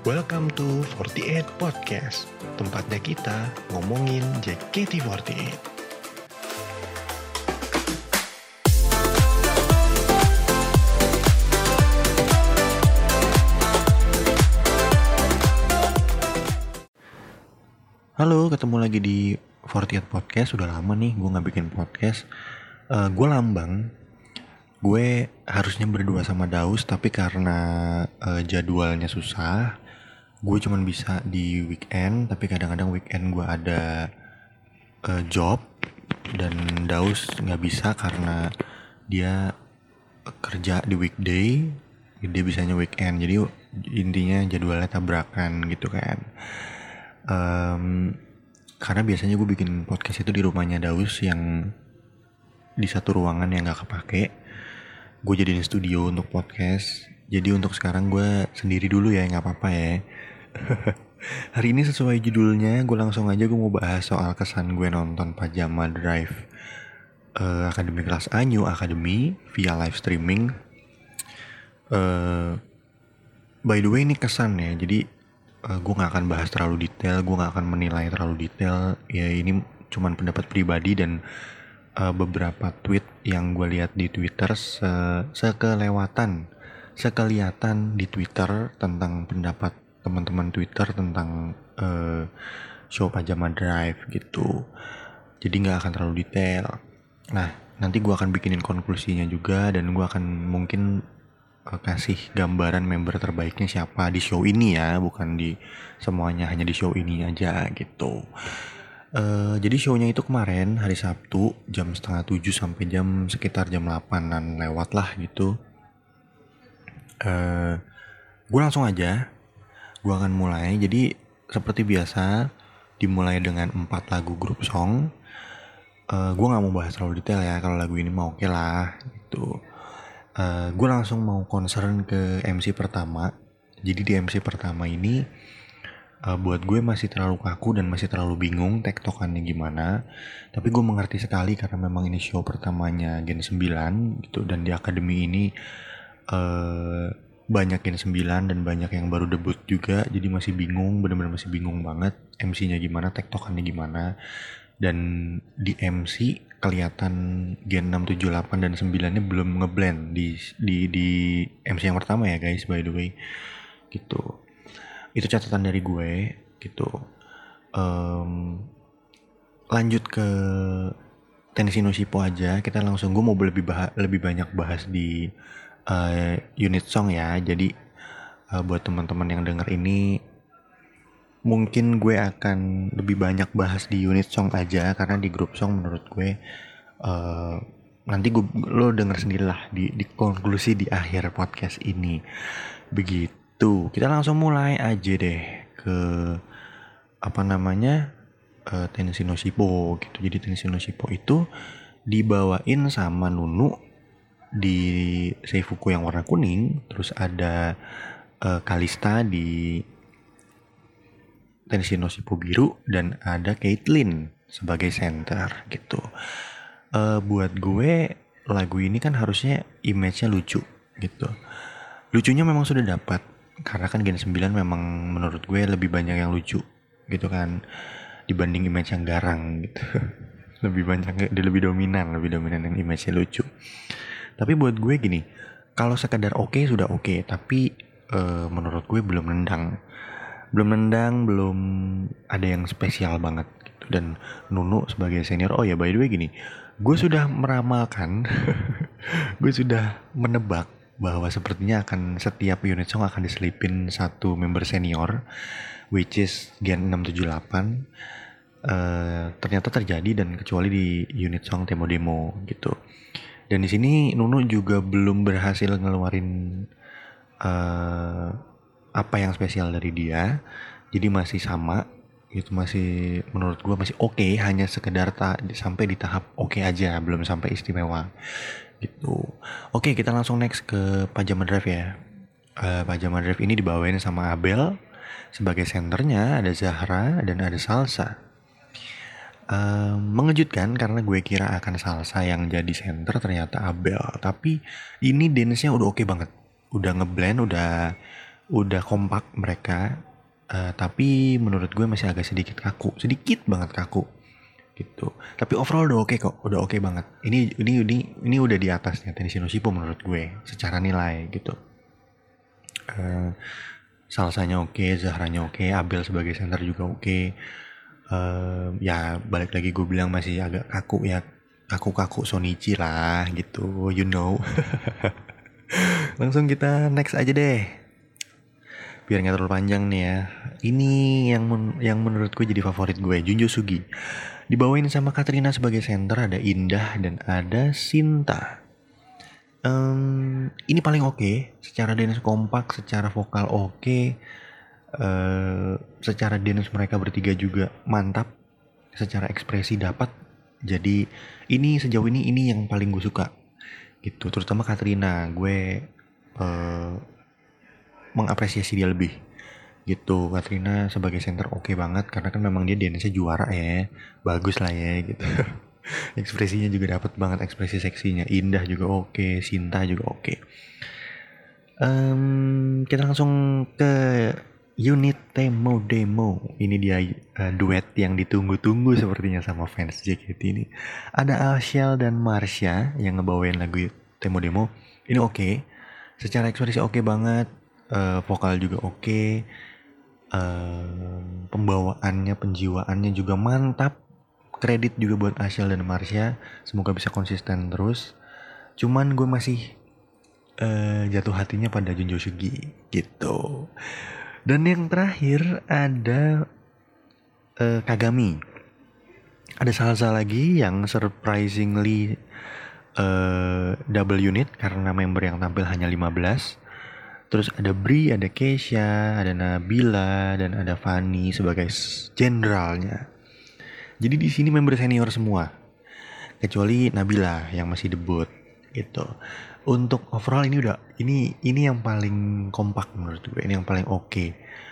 Welcome to 48 Podcast, tempatnya kita ngomongin JKT48. Halo, ketemu lagi di 48 Podcast. Udah lama nih gue gak bikin podcast. Gue Lambang. Gue harusnya berdua sama Daus, tapi karena jadwalnya susah, gue cuman bisa di weekend. Tapi kadang-kadang weekend gue ada job, dan Daus gak bisa karena dia kerja di weekday, dia bisanya weekend. Jadi intinya jadwalnya tabrakan gitu kan. Karena biasanya gue bikin podcast itu di rumahnya Daus yang di satu ruangan yang gak kepake. Gue jadiin studio untuk podcast. Jadi untuk sekarang gue sendiri dulu ya, gak apa-apa ya. Hari ini sesuai judulnya, gue langsung aja gue mau bahas soal kesan gue nonton Pajama Drive Akademi Kelas A New Academy via live streaming. By the way, ini kesan ya. Jadi gue gak akan bahas terlalu detail, gue gak akan menilai terlalu detail. Ya ini cuman pendapat pribadi dan beberapa tweet yang gue lihat di Twitter sekelihatan di Twitter tentang pendapat teman-teman Twitter tentang show Pajama Drive gitu. Jadi nggak akan terlalu detail. Nah, nanti gue akan bikinin konklusinya juga, dan gue akan mungkin kasih gambaran member terbaiknya siapa di show ini ya, bukan di semuanya, hanya di show ini aja gitu. Jadi show-nya itu kemarin hari Sabtu jam 6:30 sampai sekitar jam 8-an lewat lah gitu. Gue langsung aja, gue akan mulai. Jadi seperti biasa dimulai dengan 4 lagu grup song. Gue gak mau bahas terlalu detail ya, kalau lagu ini mau oke lah gitu. Gue langsung mau concern ke MC pertama. Jadi di MC pertama ini buat gue masih terlalu kaku dan masih terlalu bingung tektokannya gimana. Tapi gue mengerti sekali karena memang ini show pertamanya Gen 9 gitu, dan di akademi ini banyak Gen 9 dan banyak yang baru debut juga. Jadi masih bingung, benar-benar masih bingung banget MC-nya gimana, tektokannya gimana. Dan di MC kelihatan Gen 6, 7, 8 dan 9-nya belum ngeblend di MC yang pertama ya guys, by the way. Gitu. Itu catatan dari gue gitu. Lanjut ke Tensei no Shippo aja. Kita langsung, gue mau lebih banyak bahas di unit song ya. Jadi buat teman-teman yang denger ini, mungkin gue akan lebih banyak bahas di unit song aja, karena di grup song menurut gue nanti lo denger sendirilah di konklusi di akhir podcast ini. Begitu. Kita langsung mulai aja deh ke Tensei no Shippo gitu. Jadi Tensei no Shippo itu dibawain sama Nunu di Seifuku yang warna kuning, terus ada Kalista di Tensei no Shippo biru, dan ada Caitlyn sebagai center gitu. Buat gue lagu ini kan harusnya image-nya lucu gitu. Lucunya memang sudah dapat, karena kan Gen 9 memang menurut gue lebih banyak yang lucu gitu kan dibanding image yang garang gitu. lebih dominan yang image-nya lucu. Tapi buat gue gini, kalau sekadar oke sudah oke, tapi menurut gue belum nendang, belum ada yang spesial banget gitu. Dan Nunu sebagai senior, oh ya by the way gini, gue sudah meramalkan gue sudah menebak bahwa sepertinya akan setiap unit song akan diselipin satu member senior, which is Gen 6, 7, 8. Ternyata terjadi, dan kecuali di unit song Demo gitu. Dan di sini Nunu juga belum berhasil ngeluarin apa yang spesial dari dia. Jadi masih sama gitu, masih menurut gue masih oke, hanya sekedar sampai di tahap oke aja, belum sampai istimewa gitu. Oke, kita langsung next ke Pajama Drive ya. Pajama Drive ini dibawain sama Abel sebagai senternya, ada Zahra dan ada Salsa. Mengejutkan karena gue kira akan Salsa yang jadi center, ternyata Abel. Tapi ini dance-nya udah oke banget, udah ngeblend, udah kompak mereka, tapi menurut gue masih agak sedikit banget kaku gitu. Tapi overall udah oke kok, udah oke banget. Ini udah di atasnya Tenshin Nishippo menurut gue secara nilai gitu. Salsanya oke, Zahranya oke, Abel sebagai center juga oke. Ya balik lagi gue bilang masih agak kaku ya, kaku Shonichi lah gitu, you know. Langsung kita next aja deh, biar nggak terlalu panjang nih ya. Ini yang menurutku jadi favorit gue, Junjo Sugi. Dibawain sama Katrina sebagai center, ada Indah dan ada Sinta. Ini paling oke, secara dance kompak, secara vokal oke, secara dance mereka bertiga juga mantap, secara ekspresi dapat. Jadi sejauh ini yang paling gue suka gitu, terutama Katrina. Gue mengapresiasi dia lebih gitu. Katrina sebagai center oke banget, karena kan memang dia dance-nya juara ya, bagus lah ya gitu. Ekspresinya juga dapat banget, ekspresi seksinya. Indah juga oke, Sinta juga oke. Kita langsung ke unit Temo Demo. Ini dia duet yang ditunggu-tunggu sepertinya sama fans JKT ini. Ada Alshel dan Marsha yang ngebawain lagu Temo Demo. Ini oke, secara ekspresi oke banget, vokal juga oke, pembawaannya, penjiwaannya juga mantap. Kredit juga buat Alshel dan Marsha, semoga bisa konsisten terus. Cuman gue masih jatuh hatinya pada Junjo Sugi gitu. Dan yang terakhir ada Kagami. Ada Salsa lagi yang surprisingly double unit karena member yang tampil hanya 15. Terus ada Bri, ada Keisha, ada Nabila, dan ada Fanny sebagai jenderalnya. Jadi di sini member senior semua, kecuali Nabila yang masih debut gitu. Untuk overall ini yang paling kompak menurut gue, ini yang paling oke.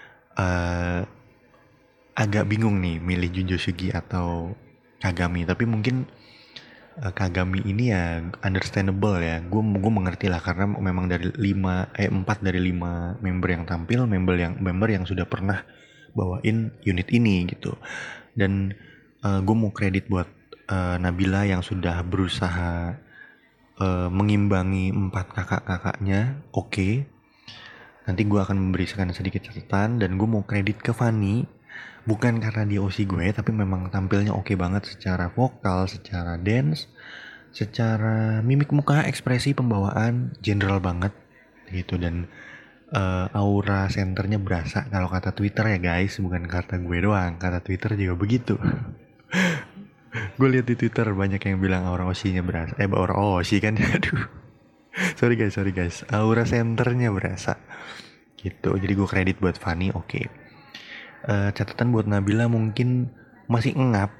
Agak bingung nih milih Junjo Sugi atau Kagami, tapi mungkin Kagami ini ya understandable ya. Gue mengerti lah, karena memang dari 4 dari 5 member yang tampil, member yang sudah pernah bawain unit ini gitu. Dan gue mau kredit buat Nabila yang sudah berusaha mengimbangi 4 kakak-kakaknya. Oke. Nanti gue akan memberikan sedikit catatan, dan gue mau kredit ke Fanny, bukan karena dia OC gue, tapi memang tampilnya oke banget secara vokal, secara dance, secara mimik muka, ekspresi, pembawaan, general banget gitu. Dan aura senternya berasa, kalau kata Twitter ya guys, bukan kata gue doang, kata Twitter juga begitu. Gue lihat di Twitter banyak yang bilang aura OC-nya berasa, aura OC kan, aduh. Sorry guys, aura senternya berasa gitu. Jadi gue kredit buat Fanny, oke. Catatan buat Nabila mungkin masih engap,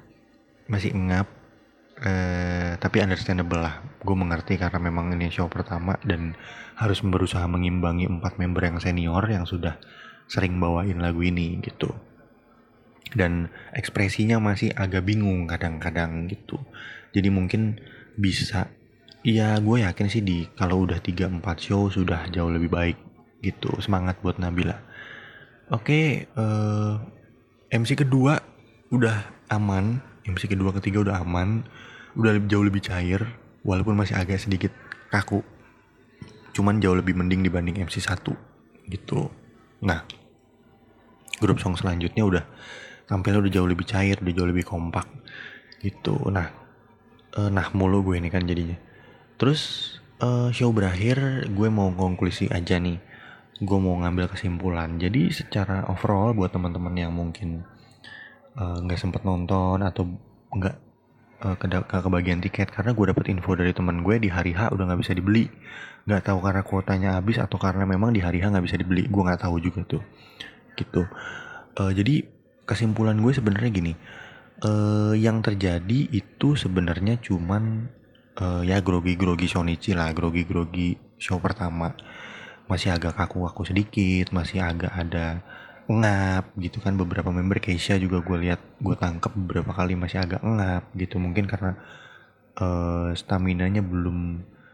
tapi understandable lah. Gue mengerti karena memang ini show pertama dan harus berusaha mengimbangi 4 member yang senior yang sudah sering bawain lagu ini gitu. Dan ekspresinya masih agak bingung kadang-kadang gitu. Jadi mungkin bisa, ya gue yakin sih kalau udah 3-4 show sudah jauh lebih baik gitu. Semangat buat Nabila. Oke, MC kedua udah aman, MC kedua ketiga udah aman, udah jauh lebih cair, walaupun masih agak sedikit kaku, cuman jauh lebih mending dibanding MC 1 gitu. Nah, grup song selanjutnya udah tampilnya udah jauh lebih cair, udah jauh lebih kompak gitu. Nah mulu gue ini kan jadinya. Terus show berakhir, gue mau konklusi aja nih, gue mau ngambil kesimpulan. Jadi secara overall buat teman-teman yang mungkin nggak sempet nonton atau nggak kebagian tiket, karena gue dapet info dari teman gue di hari H udah nggak bisa dibeli. Nggak tahu karena kuotanya habis atau karena memang di hari H nggak bisa dibeli, gue nggak tahu juga tuh gitu. Jadi kesimpulan gue sebenarnya gini, yang terjadi itu sebenarnya cuman ya grogi Shonichi lah, grogi show pertama. Masih agak kaku sedikit, masih agak ada ngap gitu kan. Beberapa member Keisha juga gue lihat, gue tangkep beberapa kali masih agak ngap gitu, mungkin karena staminanya belum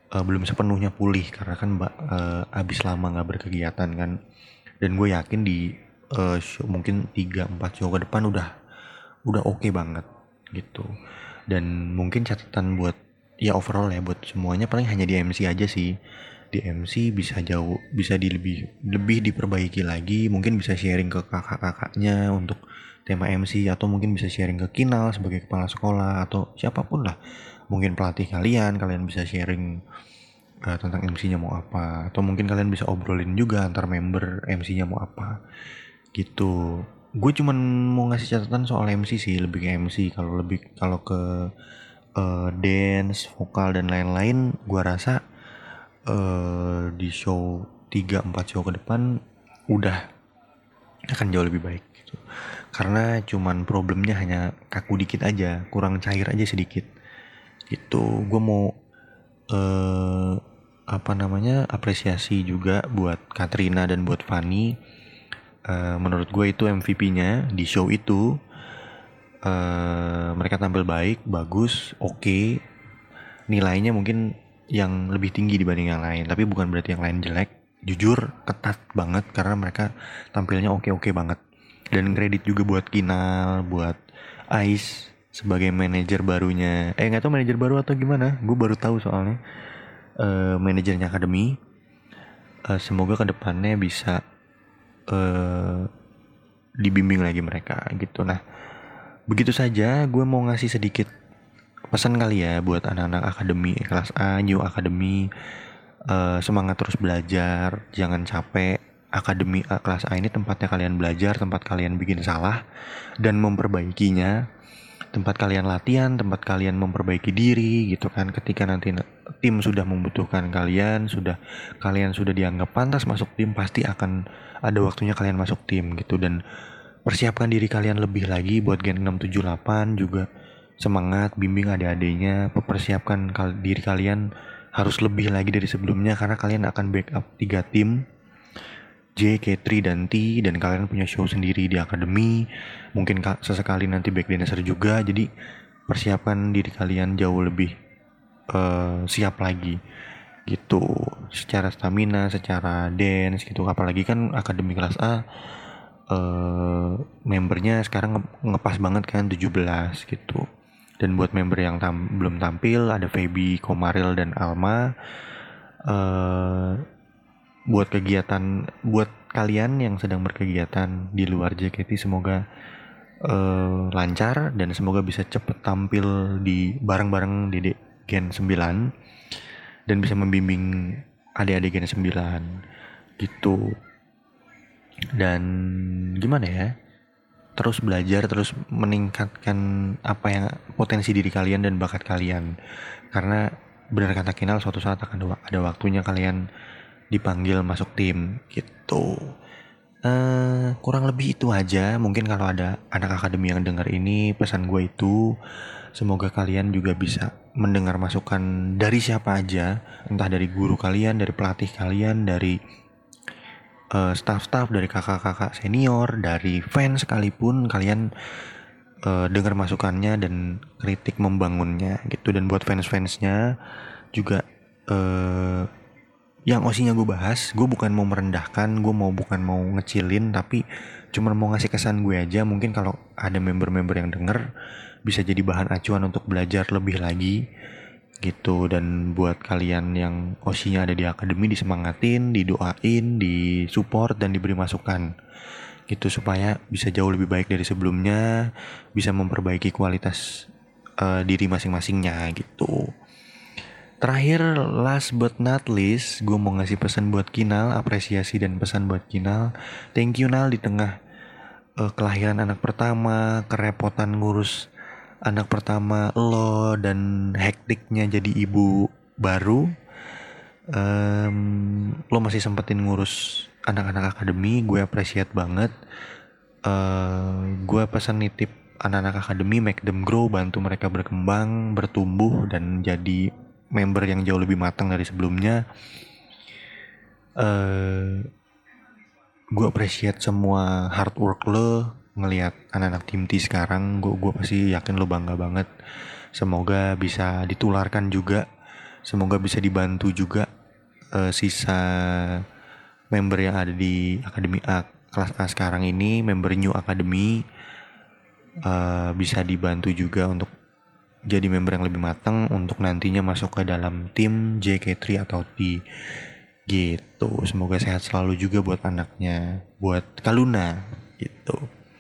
belum sepenuhnya pulih karena kan abis lama nggak berkegiatan kan. Dan gue yakin di show mungkin 3-4 show ke depan udah oke banget gitu. Dan mungkin catatan buat ya overall ya buat semuanya paling hanya di MC aja sih. Di MC bisa jauh, bisa lebih lebih diperbaiki lagi, mungkin bisa sharing ke kakak-kakaknya untuk tema MC, atau mungkin bisa sharing ke Kinal sebagai kepala sekolah atau siapapun lah. Mungkin pelatih kalian bisa sharing tentang MC-nya mau apa, atau mungkin kalian bisa obrolin juga antar member MC-nya mau apa gitu. Gue cuman mau ngasih catatan soal MC sih, lebih ke MC. Kalau ke dance, vokal dan lain-lain, gue rasa di show 3-4 show ke depan udah akan jauh lebih baik gitu. Karena cuman problemnya hanya kaku dikit aja, kurang cair aja sedikit gitu. Gue mau eh apresiasi juga buat Katrina dan buat Fanny. Menurut gue itu MVP-nya di show itu. Mereka tampil baik, bagus, oke. Nilainya mungkin yang lebih tinggi dibanding yang lain, tapi bukan berarti yang lain jelek. Jujur ketat banget karena mereka tampilnya oke-oke banget. Dan kredit juga buat Kinal, buat Ais sebagai manajer barunya. Nggak tahu manajer baru atau gimana, gue baru tahu soalnya. Manajernya akademi. Semoga kedepannya bisa dibimbing lagi mereka gitu. Nah, begitu saja gue mau ngasih sedikit pesan kali ya buat anak-anak akademi kelas A, New Academy. Semangat terus belajar, jangan capek. Akademi kelas A ini tempatnya kalian belajar, tempat kalian bikin salah dan memperbaikinya, tempat kalian latihan, tempat kalian memperbaiki diri gitu kan. Ketika nanti tim sudah membutuhkan kalian sudah dianggap pantas masuk tim, pasti akan ada waktunya kalian masuk tim gitu. Dan persiapkan diri kalian lebih lagi buat Gen 6, 7, 8 juga. Semangat, bimbing adik-adiknya, persiapkan diri kalian harus lebih lagi dari sebelumnya karena kalian akan backup 3 tim, J, K3, dan T, dan kalian punya show sendiri di akademi. Mungkin sesekali nanti back dancer juga, jadi persiapkan diri kalian jauh lebih siap lagi gitu, secara stamina, secara dance gitu. Apalagi kan akademi kelas A membernya sekarang ngepas banget kan 17 gitu. Dan buat member yang belum tampil ada Feby, Komaril, dan Alma. Buat kalian yang sedang berkegiatan di luar JKT, semoga lancar dan semoga bisa cepet tampil di bareng-bareng di Gen 9 dan bisa membimbing adik-adik Gen 9 gitu. Dan gimana ya, terus belajar, terus meningkatkan apa yang potensi diri kalian dan bakat kalian, karena benar kata Kinal, suatu saat akan ada waktunya kalian dipanggil masuk tim gitu. Kurang lebih itu aja. Mungkin kalau ada anak akademi yang dengar ini, pesan gue itu semoga kalian juga bisa mendengar masukan dari siapa aja, entah dari guru kalian, dari pelatih kalian, dari staff-staff, dari kakak-kakak senior, dari fans sekalipun. Kalian dengar masukannya dan kritik membangunnya gitu. Dan buat fans-fansnya juga, yang OC-nya gue bahas, gue bukan mau merendahkan, bukan mau ngecilin, tapi cuma mau ngasih kesan gue aja. Mungkin kalau ada member-member yang denger bisa jadi bahan acuan untuk belajar lebih lagi gitu. Dan buat kalian yang OC-nya ada di akademi, disemangatin, didoain, disupport, dan diberi masukan gitu supaya bisa jauh lebih baik dari sebelumnya, bisa memperbaiki kualitas diri masing-masingnya gitu. Terakhir, last but not least, gue mau ngasih pesan buat Kinal, apresiasi dan pesan buat Kinal. Thank you Nal, di tengah kelahiran anak pertama, kerepotan ngurus anak pertama lo, dan hektiknya jadi ibu baru, lo masih sempetin ngurus anak-anak akademi. Gue appreciate banget. Gue pesan nitip anak-anak akademi, make them grow, bantu mereka berkembang, bertumbuh, dan jadi member yang jauh lebih matang dari sebelumnya. Gue appreciate semua hard work lo. Ngelihat anak-anak tim T sekarang, gue pasti yakin lo bangga banget. Semoga bisa ditularkan juga Semoga bisa dibantu juga sisa member yang ada di Akademi A kelas A sekarang ini, member New Academy, bisa dibantu juga untuk jadi member yang lebih matang untuk nantinya masuk ke dalam tim JK3 atau T gitu. Semoga sehat selalu juga buat anaknya, buat Kaluna gitu.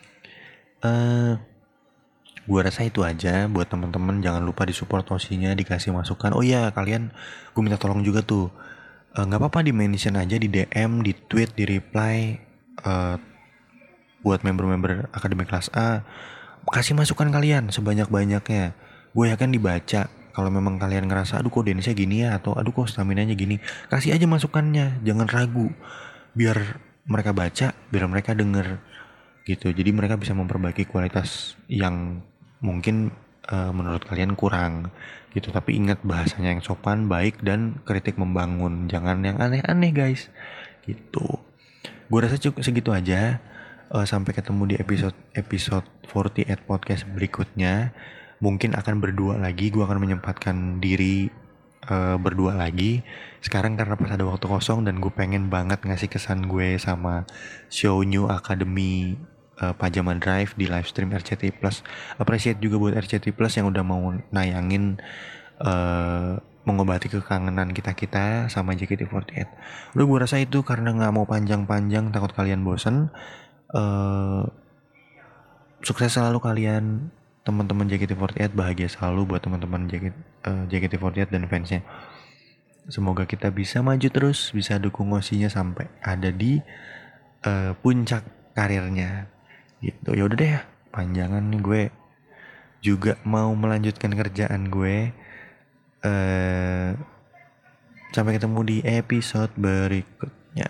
Gue rasa itu aja buat teman-teman. Jangan lupa disupport Osinya, dikasih masukan. Oh iya, kalian gue minta tolong juga tuh, nggak apa-apa di mention aja di DM, di tweet, di reply, buat member-member Akademi Kelas A. Kasih masukan kalian sebanyak-banyaknya. Gue akan dibaca. Kalau memang kalian ngerasa aduh kok Dennisnya gini ya, atau aduh kok staminanya gini, kasih aja masukannya, jangan ragu. Biar mereka baca, biar mereka denger gitu. Jadi mereka bisa memperbaiki kualitas yang mungkin menurut kalian kurang gitu. Tapi ingat bahasanya yang sopan, baik, dan kritik membangun. Jangan yang aneh-aneh guys gitu. Gue rasa cukup segitu aja. Sampai ketemu di episode 48 podcast berikutnya. Mungkin akan berdua lagi. Gue akan menyempatkan diri berdua lagi sekarang karena pas ada waktu kosong, dan gue pengen banget ngasih kesan gue sama show New Academy Pajama Drive di live stream RCTI Plus. Appreciate juga buat RCTI Plus yang udah mau nayangin mengobati kekangenan kita sama JKT48. Udah, gue rasa itu karena nggak mau panjang-panjang, takut kalian bosen. Sukses selalu kalian, teman-teman JKT48, bahagia selalu buat teman-teman JKT48 dan fansnya. Semoga kita bisa maju terus, bisa dukung Osinya sampai ada di puncak karirnya gitu. Ya udah deh, panjangan nih, gue juga mau melanjutkan kerjaan gue. Sampai ketemu di episode berikutnya.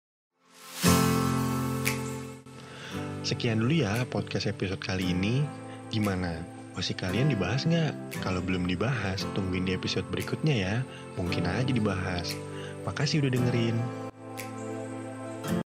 Sekian dulu ya podcast episode kali ini. Gimana? Osi kalian dibahas nggak? Kalau belum dibahas, tungguin di episode berikutnya ya. Mungkin aja dibahas. Makasih udah dengerin.